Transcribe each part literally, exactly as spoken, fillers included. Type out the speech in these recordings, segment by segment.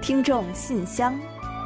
听众信箱，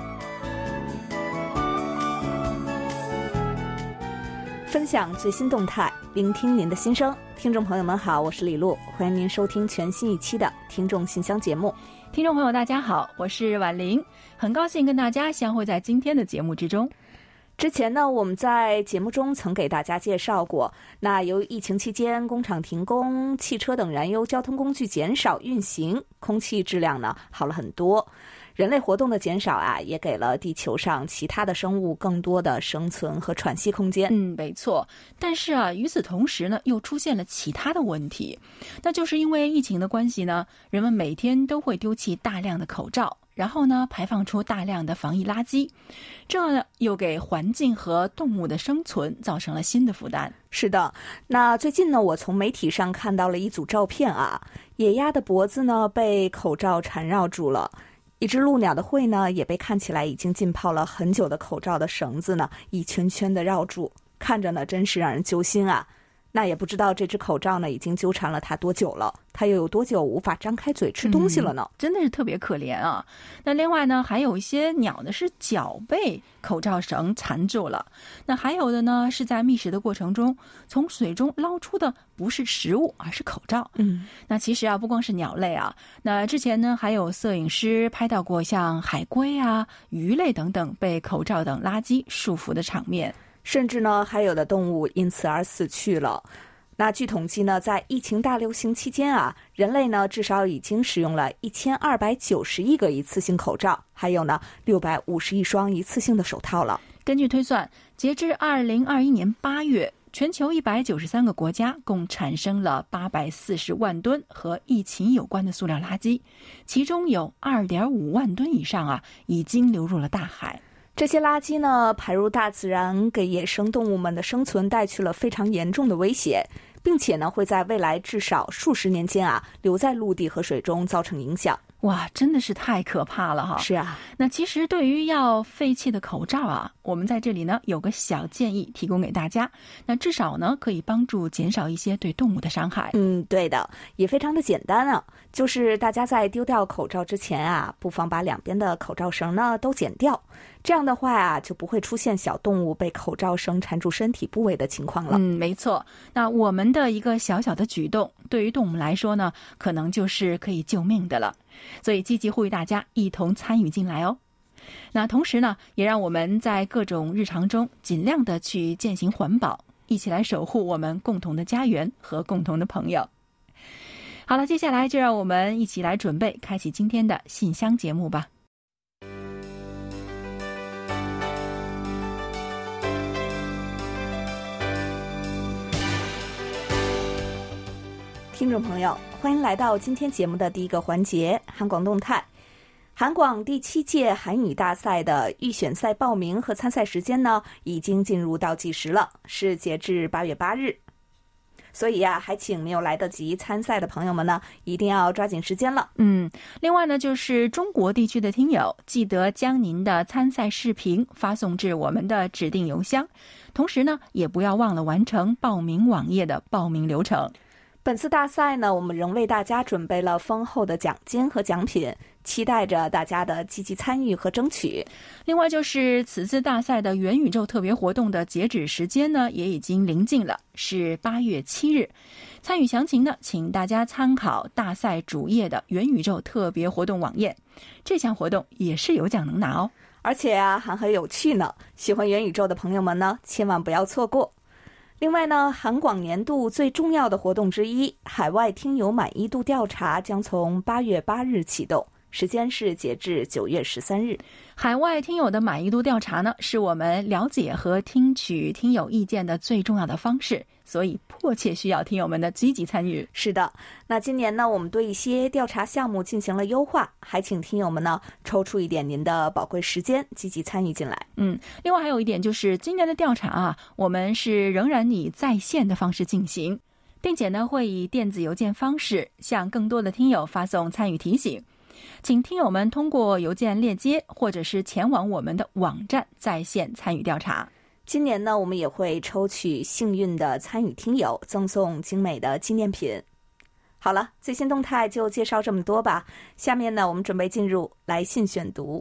分享最新动态，聆听您的心声。听众朋友们好，我是李璐，欢迎您收听全新一期的听众信箱节目。 听众朋友大家好，我是婉玲，很高兴跟大家相会在今天的节目之中。 之前呢，我们在节目中曾给大家介绍过，那由于疫情期间工厂停工，汽车等燃油交通工具减少运行，空气质量呢好了很多。人类活动的减少啊，也给了地球上其他的生物更多的生存和喘息空间。 嗯，没错。但是啊，与此同时呢，又出现了其他的问题，那就是因为疫情的关系呢，人们每天都会丢弃大量的口罩，然后呢，排放出大量的防疫垃圾，这呢又给环境和动物的生存造成了新的负担。 是的，那最近呢，我从媒体上看到了一组照片啊，野鸭的脖子呢被口罩缠绕住了。一只鹭鸟的喙呢，也被看起来已经浸泡了很久的口罩的绳子呢，一圈圈的绕住，看着呢，真是让人揪心啊。那也不知道这只口罩呢，已经纠缠了它多久了，它又有多久无法张开嘴吃东西了呢？ 嗯、真的是特别可怜啊。那另外呢，还有一些鸟呢是脚被口罩绳缠住了，那还有的呢是在觅食的过程中，从水中捞出的不是食物，而是口罩。 嗯， 那其实啊，不光是鸟类啊，那之前呢还有摄影师拍到过像海龟啊、鱼类等等被口罩等垃圾束缚的场面。 甚至呢，还有的动物因此而死去了。那据统计呢，在疫情大流行期间啊，人类呢至少已经使用了一千二百九十亿个一次性口罩，还有呢六百五十亿双一次性的手套了。 根据推算，截至二零二一年八月，全球一百九十三个国家共产生了八百四十万吨和疫情有关的塑料垃圾，其中有二点五万吨以上啊已经流入了大海。 这些垃圾呢排入大自然，给野生动物们的生存带去了非常严重的威胁，并且呢会在未来至少数十年间啊留在陆地和水中造成影响。 哇，真的是太可怕了哈！ 是啊， 那其实对于要废弃的口罩啊，我们在这里呢有个小建议提供给大家，那至少呢可以帮助减少一些对动物的伤害。 嗯，对的，也非常的简单啊，就是大家在丢掉口罩之前啊，不妨把两边的口罩绳呢都剪掉，这样的话啊就不会出现小动物被口罩绳缠住身体部位的情况了。 嗯，没错。那我们的一个小小的举动，对于动物来说呢，可能就是可以救命的了。所以积极呼吁大家一同参与进来哦。那同时呢，也让我们在各种日常中尽量的去践行环保，一起来守护我们共同的家园和共同的朋友。好了，接下来就让我们一起来准备开启今天的信箱节目吧。 听众朋友，欢迎来到今天节目的第一个环节韩广动态。韩广第七届韩语大赛的预选赛报名和参赛时间呢，已经进入倒计时了，是截至八月八日。所以啊，还请没有来得及参赛的朋友们呢，一定要抓紧时间了。 嗯，另外呢，就是中国地区的听友，记得将您的参赛视频发送至我们的指定邮箱，同时呢，也不要忘了完成报名网页的报名流程。 本次大赛呢，我们仍为大家准备了丰厚的奖金和奖品，期待着大家的积极参与和争取。 另外就是此次大赛的元宇宙特别活动的截止时间呢，也已经临近了，是八月七日。参与详情呢，请大家参考大赛主页的元宇宙特别活动网页。这项活动也是有奖能拿哦， 而且啊还很有趣呢。喜欢元宇宙的朋友们呢，千万不要错过。另外呢，韩广年度最重要的活动之一，海外听友满意度调查将从八月八日启动，时间是截至九月十三日。 海外听友的满意度调查呢，是我们了解和听取听友意见的最重要的方式，所以迫切需要听友们的积极参与。 是的，那今年呢，我们对一些调查项目进行了优化，还请听友们呢抽出一点您的宝贵时间，积极参与进来。 嗯，另外还有一点就是，今年的调查啊，我们是仍然以在线的方式进行，并且呢，会以电子邮件方式向更多的听友发送参与提醒。请听友们通过邮件链接或者是前往我们的网站在线参与调查。 今年呢，我们也会抽取幸运的参与听友，赠送精美的纪念品。 好了，最新动态就介绍这么多吧。下面呢，我们准备进入来信选读。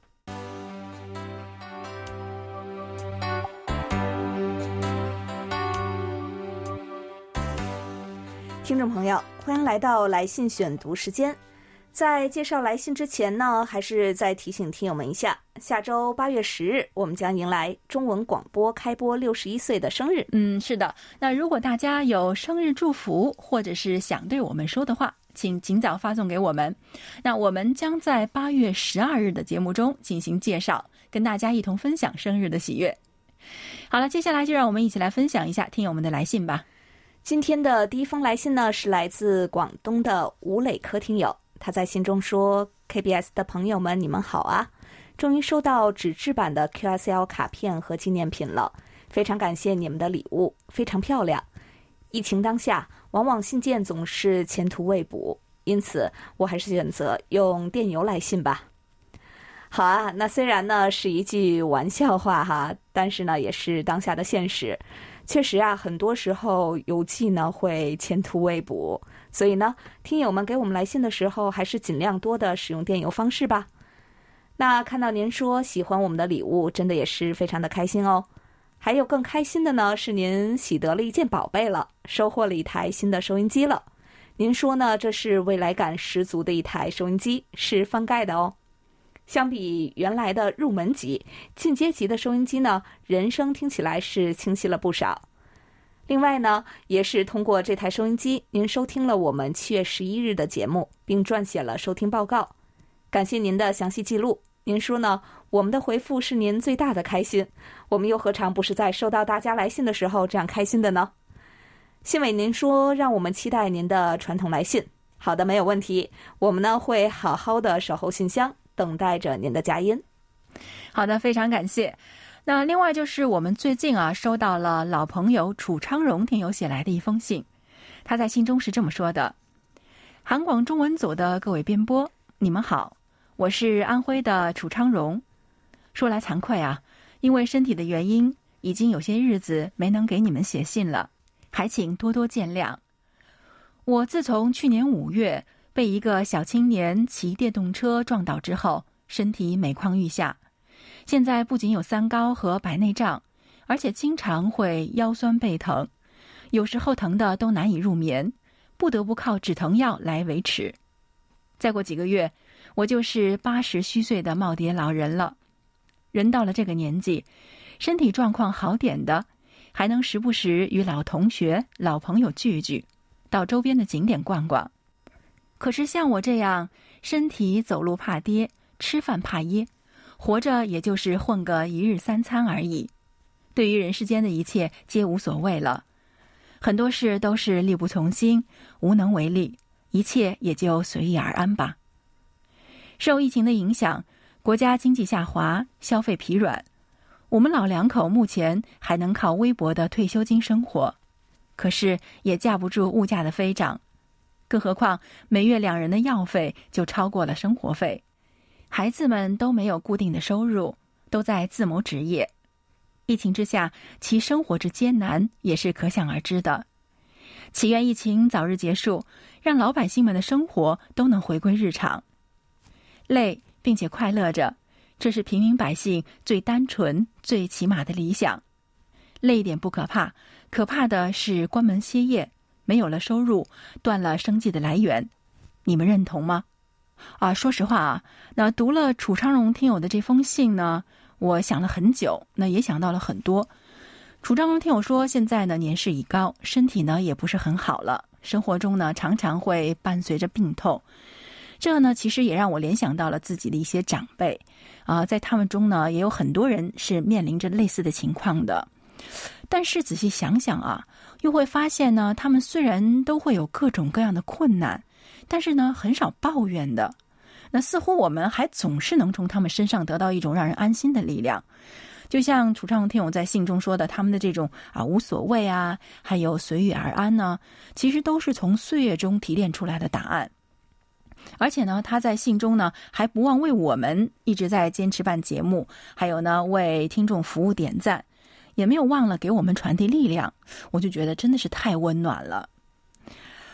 听众朋友，欢迎来到来信选读时间。在介绍来信之前呢，还是再提醒听友们一下，下周八月十日，我们将迎来中文广播开播六十一岁的生日。 嗯，是的。那如果大家有生日祝福，或者是想对我们说的话，请尽早发送给我们。那我们将在八月十二日的节目中进行介绍，跟大家一同分享生日的喜悦。好了，接下来就让我们一起来分享一下听友们的来信吧。 今天的第一封来信呢，是来自广东的吴磊科听友。他在信中说 ：“K B S 的朋友们，你们好啊！终于收到纸质版的 Q S L 卡片和纪念品了，非常感谢你们的礼物，非常漂亮。疫情当下，往往信件总是前途未卜，因此我还是选择用电邮来信吧。”好啊，那虽然呢是一句玩笑话哈，但是呢也是当下的现实。确实啊，很多时候邮寄呢会前途未卜，所以呢，听友们给我们来信的时候，还是尽量多的使用电邮方式吧。那看到您说喜欢我们的礼物，真的也是非常的开心哦。还有更开心的呢，是您喜得了一件宝贝了，收获了一台新的收音机了。您说呢，这是未来感十足的一台收音机，是翻盖的哦。相比原来的入门级、进阶级的收音机呢，人声听起来是清晰了不少。另外呢，也是通过这台收音机，您收听了我们七月十一日的节目，并撰写了收听报告。感谢您的详细记录。您说呢，我们的回复是您最大的开心，我们又何尝不是在收到大家来信的时候这样开心的呢？信尾您说让我们期待您的传统来信。好的，没有问题，我们呢会好好的守候信箱，等待着您的佳音。 好的，非常感谢。那另外就是我们最近啊收到了老朋友楚昌荣听友写来的一封信，他在信中是这么说的：韩广中文组的各位编播，你们好，我是安徽的楚昌荣。说来惭愧啊，因为身体的原因，已经有些日子没能给你们写信了，还请多多见谅。我自从去年五月被一个小青年骑电动车撞倒之后，身体每况愈下。现在不仅有三高和白内障，而且经常会腰酸背疼，有时候疼的都难以入眠，不得不靠止疼药来维持。再过几个月，我就是八十虚岁的耄耋老人了。人到了这个年纪，身体状况好点的，还能时不时与老同学、老朋友聚聚，到周边的景点逛逛。可是像我这样，身体走路怕跌，吃饭怕噎，活着也就是混个一日三餐而已，对于人世间的一切皆无所谓了，很多事都是力不从心，无能为力，一切也就随意而安吧。受疫情的影响，国家经济下滑，消费疲软，我们老两口目前还能靠微薄的退休金生活，可是也架不住物价的飞涨，更何况每月两人的药费就超过了生活费，孩子们都没有固定的收入，都在自谋职业，疫情之下其生活之艰难也是可想而知的。祈愿疫情早日结束，让老百姓们的生活都能回归日常。累并且快乐着，这是平民百姓最单纯最起码的理想。累一点不可怕，可怕的是关门歇业，没有了收入，断了生计的来源。你们认同吗？啊，说实话啊，那读了楚昌荣听友的这封信呢，我想了很久，那也想到了很多。楚昌荣听友说，现在呢年事已高，身体呢也不是很好了，生活中呢常常会伴随着病痛。这呢其实也让我联想到了自己的一些长辈啊、呃，在他们中呢也有很多人是面临着类似的情况的。但是仔细想想啊，又会发现呢，他们虽然都会有各种各样的困难，但是呢很少抱怨的。那似乎我们还总是能从他们身上得到一种让人安心的力量。就像楚昌荣听友在信中说的，他们的这种啊无所谓啊，还有随遇而安呢，其实都是从岁月中提炼出来的答案。而且呢，他在信中呢还不忘为我们一直在坚持办节目，还有呢为听众服务点赞，也没有忘了给我们传递力量。我就觉得真的是太温暖了。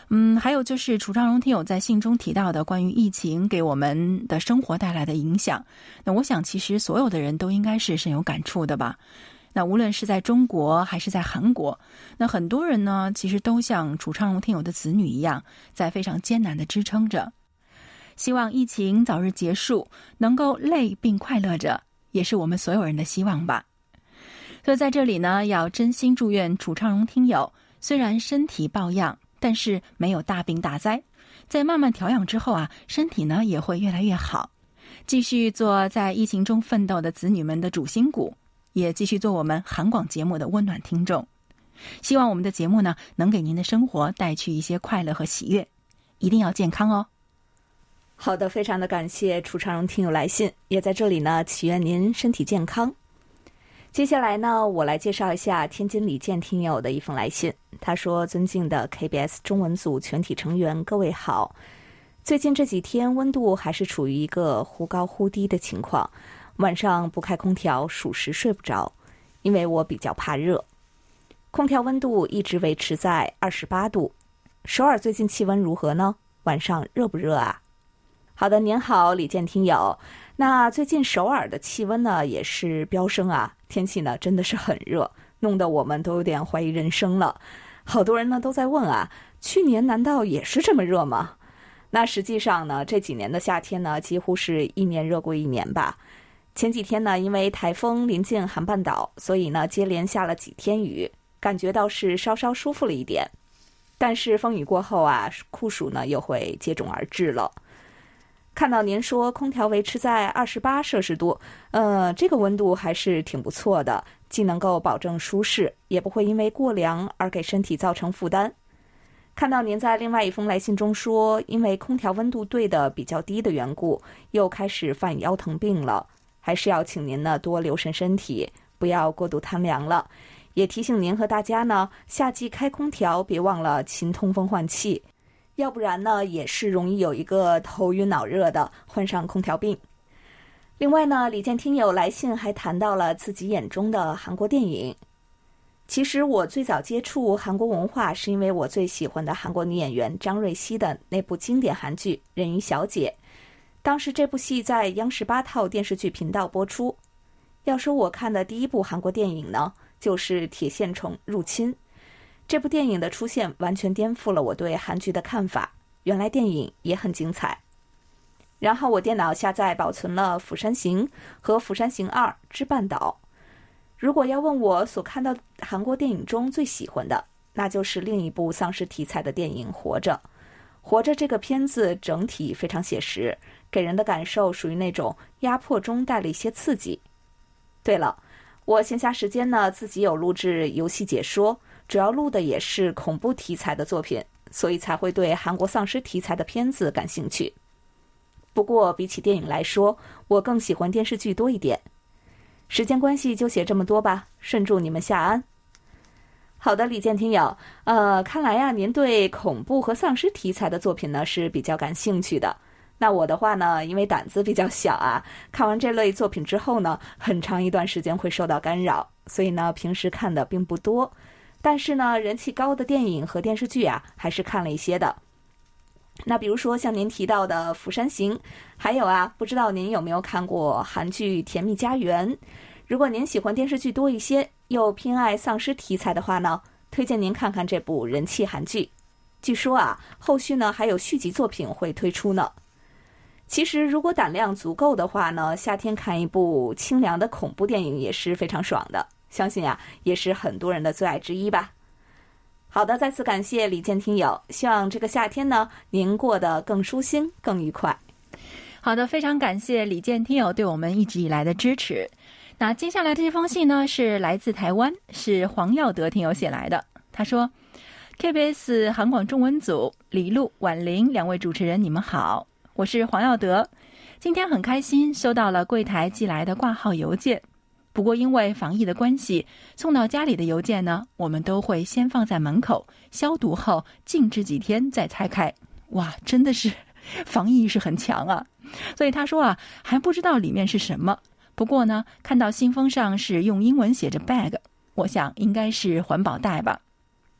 嗯，还有就是楚昌荣听友在信中提到的关于疫情给我们的生活带来的影响，那我想其实所有的人都应该是深有感触的吧。那无论是在中国还是在韩国，那很多人呢其实都像楚昌荣听友的子女一样，在非常艰难的支撑着。希望疫情早日结束，能够累并快乐着，也是我们所有人的希望吧。所以在这里呢，要真心祝愿楚昌荣听友，虽然身体抱恙，但是没有大病大灾，在慢慢调养之后啊，身体呢也会越来越好，继续做在疫情中奋斗的子女们的主心骨，也继续做我们韩广节目的温暖听众。希望我们的节目呢，能给您的生活带去一些快乐和喜悦，一定要健康哦。 好的，非常的感谢楚昌荣听友来信，也在这里呢祈愿您身体健康。接下来呢，我来介绍一下天津李健听友的一封来信。他说：尊敬的 K B S 中文组全体成员，各位好。最近这几天温度还是处于一个忽高忽低的情况，晚上不开空调属实睡不着，因为我比较怕热。空调温度一直维持在二十八度。首尔最近气温如何呢？晚上热不热啊？好的，您好，李健听友。那最近首尔的气温呢也是飙升啊，天气呢真的是很热，弄得我们都有点怀疑人生了。好多人呢都在问啊，去年难道也是这么热吗？那实际上呢，这几年的夏天呢几乎是一年热过一年吧。前几天呢，因为台风临近韩半岛，所以呢接连下了几天雨，感觉到是稍稍舒服了一点。但是风雨过后啊，酷暑呢又会接踵而至了。看到您说空调维持在二十八摄氏度，呃，这个温度还是挺不错的，既能够保证舒适，也不会因为过凉而给身体造成负担。看到您在另外一封来信中说，因为空调温度对的比较低的缘故，又开始犯腰疼病了，还是要请您呢多留神身体，不要过度贪凉了。也提醒您和大家呢，夏季开空调别忘了勤通风换气，要不然呢也是容易有一个头晕脑热的，患上空调病。另外呢，李健听友来信还谈到了自己眼中的韩国电影。其实我最早接触韩国文化是因为我最喜欢的韩国女演员张瑞熙的那部经典韩剧《人鱼小姐》，当时这部戏在央视八套电视剧频道播出。要说我看的第一部韩国电影呢，就是《铁线虫入侵》。这部电影的出现完全颠覆了我对韩剧的看法，原来电影也很精彩。然后我电脑下载保存了《釜山行》和《釜山行二之半岛》。如果要问我所看到韩国电影中最喜欢的，那就是另一部丧尸题材的电影《活着》。《活着》这个片子整体非常写实，给人的感受属于那种压迫中带了一些刺激。对了，我闲暇时间呢，自己有录制游戏解说，主要录的也是恐怖题材的作品，所以才会对韩国丧尸题材的片子感兴趣。不过比起电影来说，我更喜欢电视剧多一点。时间关系就写这么多吧，顺祝你们下安。好的，李健听友，呃，看来呀，您对恐怖和丧尸题材的作品呢是比较感兴趣的。那我的话呢，因为胆子比较小啊，看完这类作品之后呢，很长一段时间会受到干扰，所以呢，平时看的并不多。但是呢，人气高的电影和电视剧啊，还是看了一些的。那比如说像您提到的《釜山行》，还有啊，不知道您有没有看过韩剧《甜蜜家园》？如果您喜欢电视剧多一些，又偏爱丧尸题材的话呢，推荐您看看这部人气韩剧。据说啊，后续呢还有续集作品会推出呢。其实如果胆量足够的话呢，夏天看一部清凉的恐怖电影也是非常爽的，相信啊也是很多人的最爱之一吧。好的，再次感谢李健听友，希望这个夏天呢您过得更舒心更愉快。 好的，非常感谢李健听友对我们一直以来的支持。那接下来这封信呢是来自台湾，是黄耀德听友写来的。他说 K B S 韩广中文组李璐、婉玲两位主持人你们好，我是黄耀德。今天很开心收到了柜台寄来的挂号邮件，不过因为防疫的关系，送到家里的邮件呢，我们都会先放在门口消毒后静置几天再拆开。哇，真的是防疫意识很强啊。所以他说啊，还不知道里面是什么，不过呢，看到信封上是用英文写着 bag， 我想应该是环保袋吧。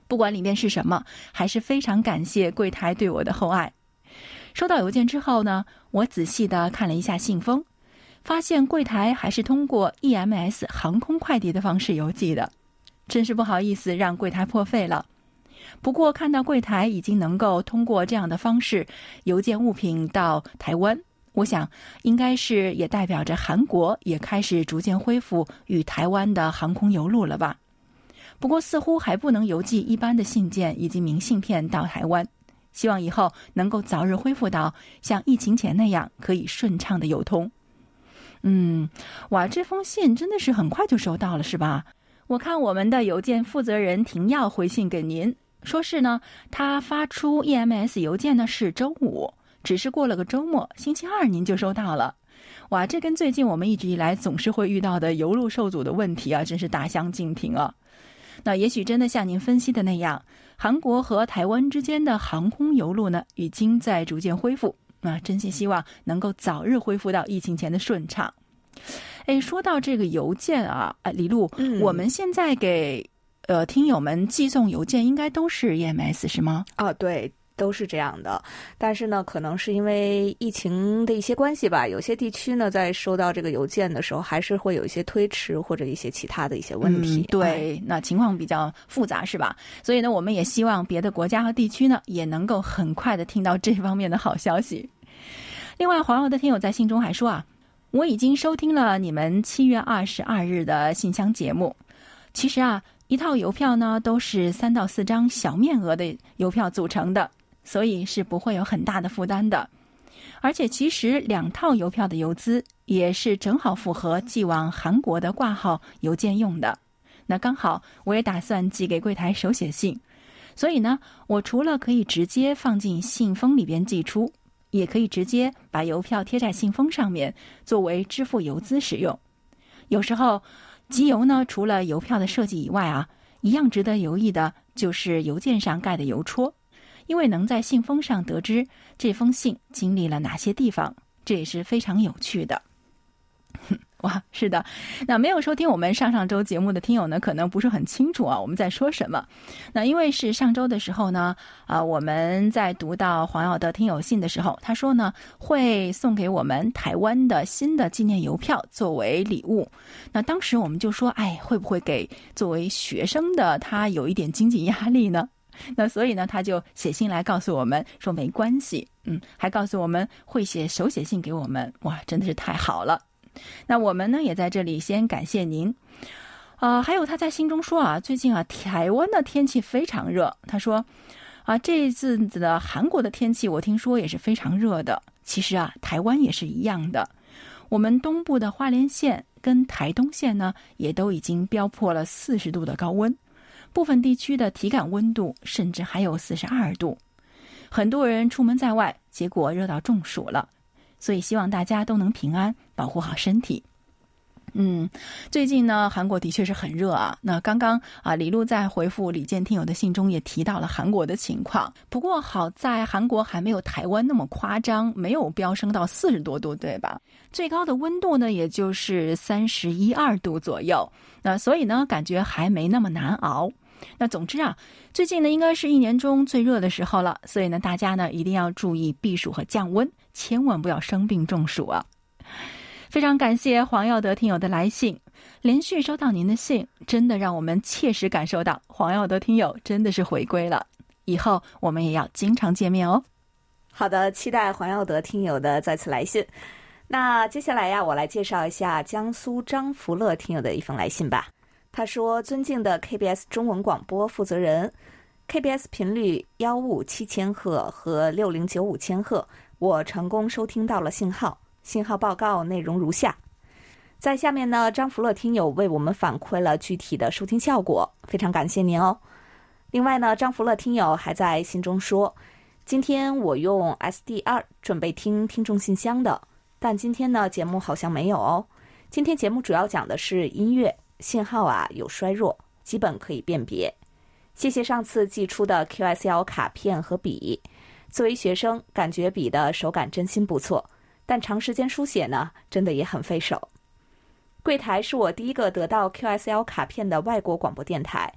不管里面是什么，还是非常感谢柜台对我的厚爱。收到邮件之后呢，我仔细地看了一下信封，发现柜台还是通过 E M S 航空快递的方式邮寄的，真是不好意思让柜台破费了。不过看到柜台已经能够通过这样的方式邮件物品到台湾，我想应该是也代表着韩国也开始逐渐恢复与台湾的航空邮路了吧。不过似乎还不能邮寄一般的信件以及明信片到台湾，希望以后能够早日恢复到像疫情前那样可以顺畅的邮通。嗯，哇，这封信真的是很快就收到了是吧？我看我们的邮件负责人廷耀回信给您，说是呢，他发出 E M S 邮件呢是周五，只是过了个周末，星期二您就收到了。哇，这跟最近我们一直以来总是会遇到的邮路受阻的问题啊，真是大相径庭啊。那也许真的像您分析的那样，韩国和台湾之间的航空邮路呢，已经在逐渐恢复。那真心希望能够早日恢复到疫情前的顺畅。哎，说到这个邮件啊，啊李璐、嗯，我们现在给呃听友们寄送邮件应该都是 E M S 是吗？ 啊，对。都是这样的，但是呢，可能是因为疫情的一些关系吧，有些地区呢，在收到这个邮件的时候，还是会有一些推迟或者一些其他的一些问题。 嗯、对、哎，那情况比较复杂，是吧？所以呢，我们也希望别的国家和地区呢，也能够很快的听到这方面的好消息。另外，黄友的听友在信中还说啊，我已经收听了你们七月二十二日的信箱节目。其实啊，一套邮票呢，都是三到四张小面额的邮票组成的。所以是不会有很大的负担的，而且其实两套邮票的邮资也是正好符合寄往韩国的挂号邮件用的。那刚好我也打算寄给柜台手写信，所以呢，我除了可以直接放进信封里边寄出，也可以直接把邮票贴在信封上面作为支付邮资使用。有时候集邮呢，除了邮票的设计以外啊，一样值得留意的就是邮件上盖的邮戳。因为能在信封上得知这封信经历了哪些地方，这也是非常有趣的。哇，是的，那没有收听我们上上周节目的听友呢，可能不是很清楚啊我们在说什么。那因为是上周的时候呢，啊、呃、我们在读到黄耀的听友信的时候，他说呢会送给我们台湾的新的纪念邮票作为礼物。那当时我们就说，哎，会不会给作为学生的他有一点经济压力呢？那所以呢，他就写信来告诉我们说没关系，嗯，还告诉我们会写手写信给我们，哇，真的是太好了。那我们呢也在这里先感谢您。呃，还有他在信中说啊，最近啊台湾的天气非常热，他说啊这一阵子的韩国的天气我听说也是非常热的，其实啊台湾也是一样的。我们东部的花莲县跟台东县呢也都已经飙破了四十度的高温。部分地区的体感温度甚至还有四十二度，很多人出门在外，结果热到中暑了。所以希望大家都能平安，保护好身体。嗯，最近呢，韩国的确是很热啊。那刚刚啊，李璐在回复李健听友的信中也提到了韩国的情况。不过好在韩国还没有台湾那么夸张，没有飙升到四十多度，对吧？最高的温度呢，也就是三十一二度左右。那所以呢，感觉还没那么难熬。那总之啊，最近呢，应该是一年中最热的时候了。所以呢，大家呢一定要注意避暑和降温，千万不要生病中暑啊。非常感谢黄耀德听友的来信，连续收到您的信，真的让我们切实感受到黄耀德听友真的是回归了。以后我们也要经常见面哦。 好的，期待黄耀德听友的再次来信。那接下来呀，我来介绍一下江苏张福乐听友的一封来信吧。他说：尊敬的 K B S 中文广播负责人， K B S 频率一五七千赫和六零九五千赫，我成功收听到了信号。信号报告内容如下。在下面呢，张福乐听友为我们反馈了具体的收听效果，非常感谢您哦。另外呢，张福乐听友还在信中说，今天我用 S D 二 准备听听众信箱的，但今天呢节目好像没有哦。今天节目主要讲的是音乐，信号啊有衰弱，基本可以辨别。谢谢上次寄出的 Q S L 卡片和笔，作为学生感觉笔的手感真心不错，但长时间书写呢真的也很费手。柜台是我第一个得到 Q S L 卡片的外国广播电台，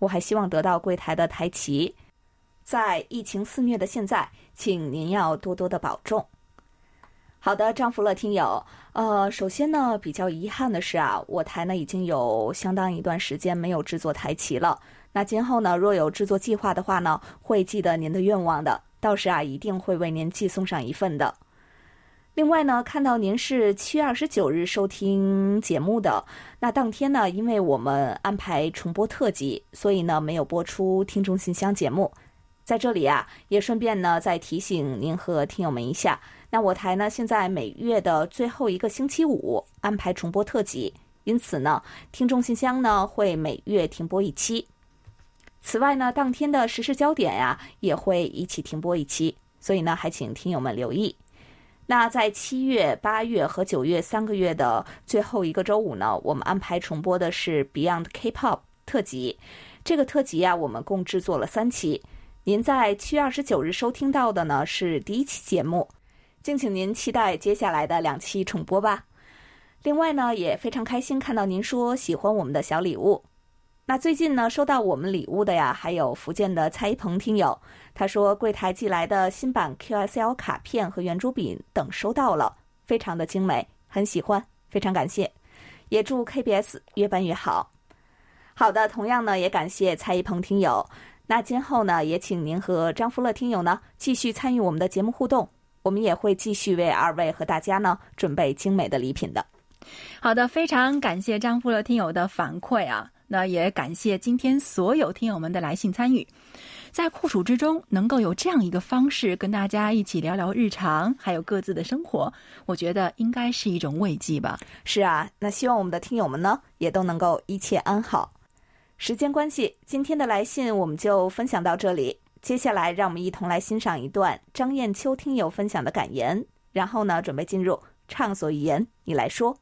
我还希望得到柜台的台旗。在疫情肆虐的现在，请您要多多的保重。好的，张福乐听友，呃，首先呢，比较遗憾的是啊，我台呢已经有相当一段时间没有制作台旗了。那今后呢，若有制作计划的话呢，会记得您的愿望的，到时啊，一定会为您寄送上一份的。另外呢，看到您是七月二十九日收听节目的，那当天呢，因为我们安排重播特辑，所以呢，没有播出听众信箱节目。在这里啊，也顺便呢再提醒您和听友们一下，那我台呢现在每月的最后一个星期五安排重播特辑，因此呢，听众信箱呢会每月停播一期。此外呢，当天的时事焦点呀、啊、也会一起停播一期，所以呢，还请听友们留意。那在七月、八月和九月三个月的最后一个周五呢，我们安排重播的是 Beyond K-pop 特辑。这个特辑啊，我们共制作了三期。您在七月二十九日收听到的呢是第一期节目，敬请您期待接下来的两期重播吧。另外呢，也非常开心看到您说喜欢我们的小礼物。那最近呢，收到我们礼物的呀，还有福建的蔡一鹏听友，他说柜台寄来的新版 Q S L 卡片和圆珠笔等收到了，非常的精美，很喜欢，非常感谢，也祝 K B S 越办越好。好的，同样呢，也感谢蔡一鹏听友。那今后呢，也请您和张福乐听友呢继续参与我们的节目互动，我们也会继续为二位和大家呢准备精美的礼品的。 好的，非常感谢张福乐听友的反馈啊，那也感谢今天所有听友们的来信参与。在酷暑之中，能够有这样一个方式跟大家一起聊聊日常，还有各自的生活，我觉得应该是一种慰藉吧。 是啊，那希望我们的听友们呢也都能够一切安好。时间关系，今天的来信我们就分享到这里。接下来，让我们一同来欣赏一段张艳秋听友分享的感言，然后呢，准备进入畅所欲言，你来说。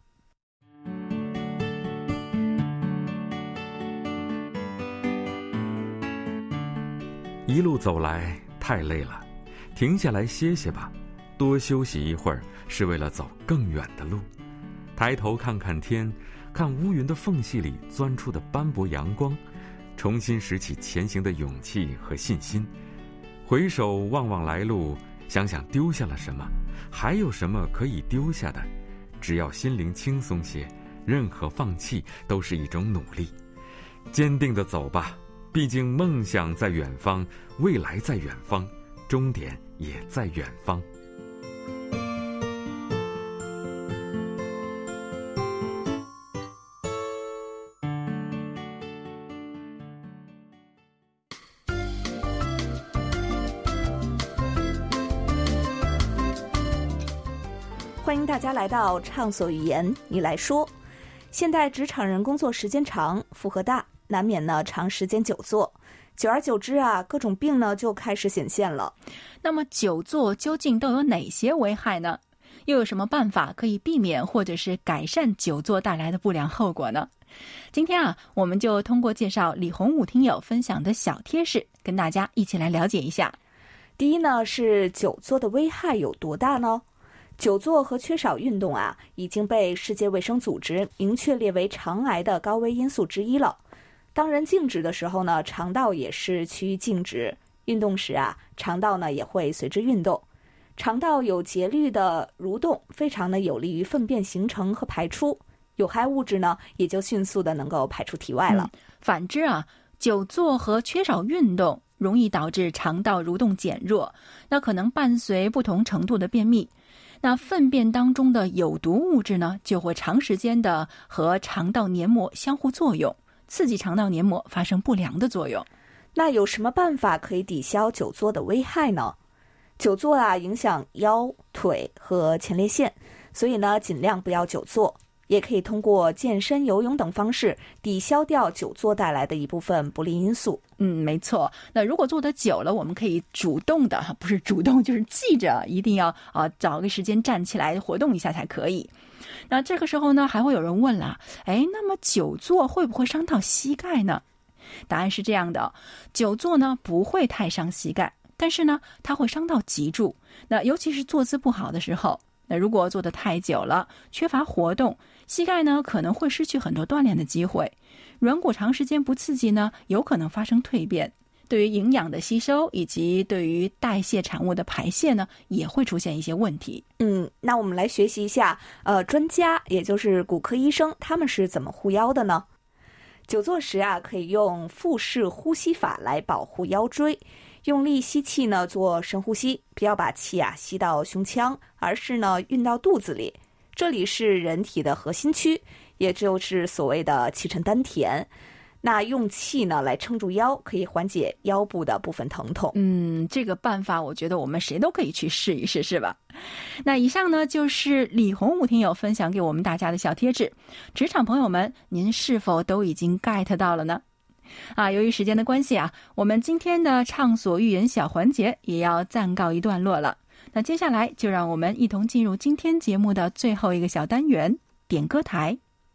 一路走来太累了，停下来歇歇吧，多休息一会儿，是为了走更远的路。抬头看看天，看乌云的缝隙里钻出的斑驳阳光，重新拾起前行的勇气和信心。回首望望来路，想想丢下了什么，还有什么可以丢下的。只要心灵轻松些，任何放弃都是一种努力。坚定地走吧，毕竟梦想在远方，未来在远方，终点也在远方。 欢迎大家来到畅所欲言，你来说。现代职场人工作时间长，负荷大，难免呢长时间久坐，久而久之啊，各种病呢就开始显现了。 那么久坐究竟都有哪些危害呢？又有什么办法可以避免或者是改善久坐带来的不良后果呢？今天啊，我们就通过介绍李洪武听友分享的小贴士，跟大家一起来了解一下。 第一呢，是久坐的危害有多大呢？久坐和缺少运动啊，已经被世界卫生组织明确列为肠癌的高危因素之一了。当人静止的时候呢，肠道也是趋于静止；运动时啊，肠道呢也会随之运动。肠道有节律的蠕动，非常的有利于粪便形成和排出，有害物质呢也就迅速的能够排出体外了。 嗯、反之啊，久坐和缺少运动容易导致肠道蠕动减弱，那可能伴随不同程度的便秘。那粪便当中的有毒物质呢，就会长时间的和肠道黏膜相互作用，刺激肠道黏膜发生不良的作用。 那有什么办法可以抵消久坐的危害呢？久坐啊，影响腰、腿和前列腺，所以呢，尽量不要久坐。也可以通过健身、游泳等方式抵消掉久坐带来的一部分不利因素。 嗯，没错。那如果坐得久了，我们可以主动的，不是主动就是记着，一定要啊、呃、找个时间站起来活动一下才可以。那这个时候呢，还会有人问了，哎，那么久坐会不会伤到膝盖呢？答案是这样的，久坐呢不会太伤膝盖，但是呢，它会伤到脊柱。那尤其是坐姿不好的时候。那如果坐得太久了，缺乏活动，膝盖呢可能会失去很多锻炼的机会。 软骨长时间不刺激呢，有可能发生蜕变，对于营养的吸收以及对于代谢产物的排泄呢，也会出现一些问题。 嗯，那我们来学习一下，呃，专家也就是骨科医生他们是怎么护腰的呢？久坐时啊，可以用腹式呼吸法来保护腰椎。用力吸气呢，做深呼吸，不要把气啊吸到胸腔，而是呢运到肚子里。这里是人体的核心区，也就是所谓的气沉丹田。那用气呢来撑住腰，可以缓解腰部的部分疼痛。 嗯，这个办法我觉得我们谁都可以去试一试，是吧？那以上呢就是李洪武听友分享给我们大家的小贴纸。职场朋友们，您是否都已经 get 到了呢？啊，由于时间的关系啊，我们今天的畅所欲言小环节也要暂告一段落了。那接下来就让我们一同进入今天节目的最后一个小单元——点歌台。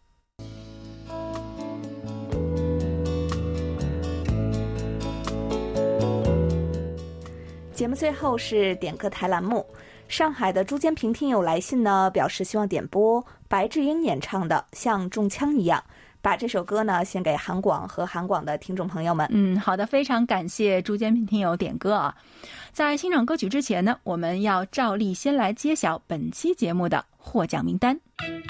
节目最后是点歌台栏目。上海的朱坚平听友来信呢，表示希望点播白智英演唱的《像中枪一样》。把这首歌呢献给韩广和韩广的听众朋友们。 嗯，好的，非常感谢朱坚平听友点歌啊。在欣赏歌曲之前呢，我们要照例先来揭晓本期节目的获奖名单。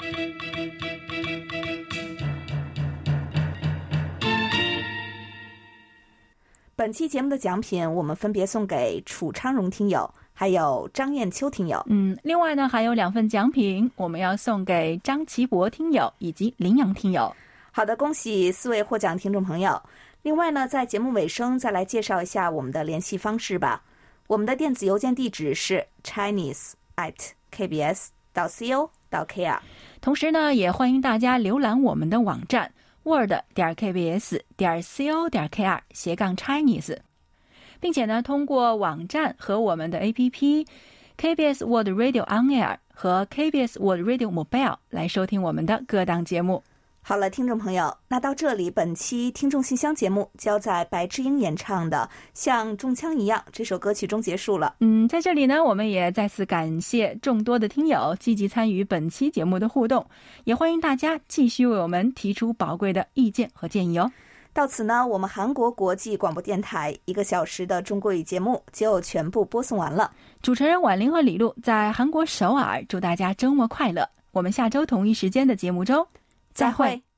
本期节目的奖品我们分别送给楚昌荣听友还有张艳秋听友。 嗯，另外呢还有两份奖品我们要送给张奇博听友以及林阳听友。 好的，恭喜四位获奖听众朋友。另外呢，在节目尾声再来介绍一下我们的联系方式吧。我们的电子邮件地址是 chinese at k b s dot co dot k r。 同时呢，也欢迎大家浏览我们的网站 word 点 k b s 点 co 点 k r 斜杠 Chinese， 并且呢，通过网站和我们的 A P P K B S World Radio On Air 和 K B S World Radio Mobile 来收听我们的各档节目。 好了，听众朋友，那到这里，本期听众信箱节目就在白智英演唱的《像中枪一样》这首歌曲中结束了。 嗯，在这里呢，我们也再次感谢众多的听友积极参与本期节目的互动，也欢迎大家继续为我们提出宝贵的意见和建议哦。 到此呢，我们韩国国际广播电台一个小时的中国语节目就全部播送完了。 主持人婉玲和李璐在韩国首尔，祝大家周末快乐。我们下周同一时间的节目中再会。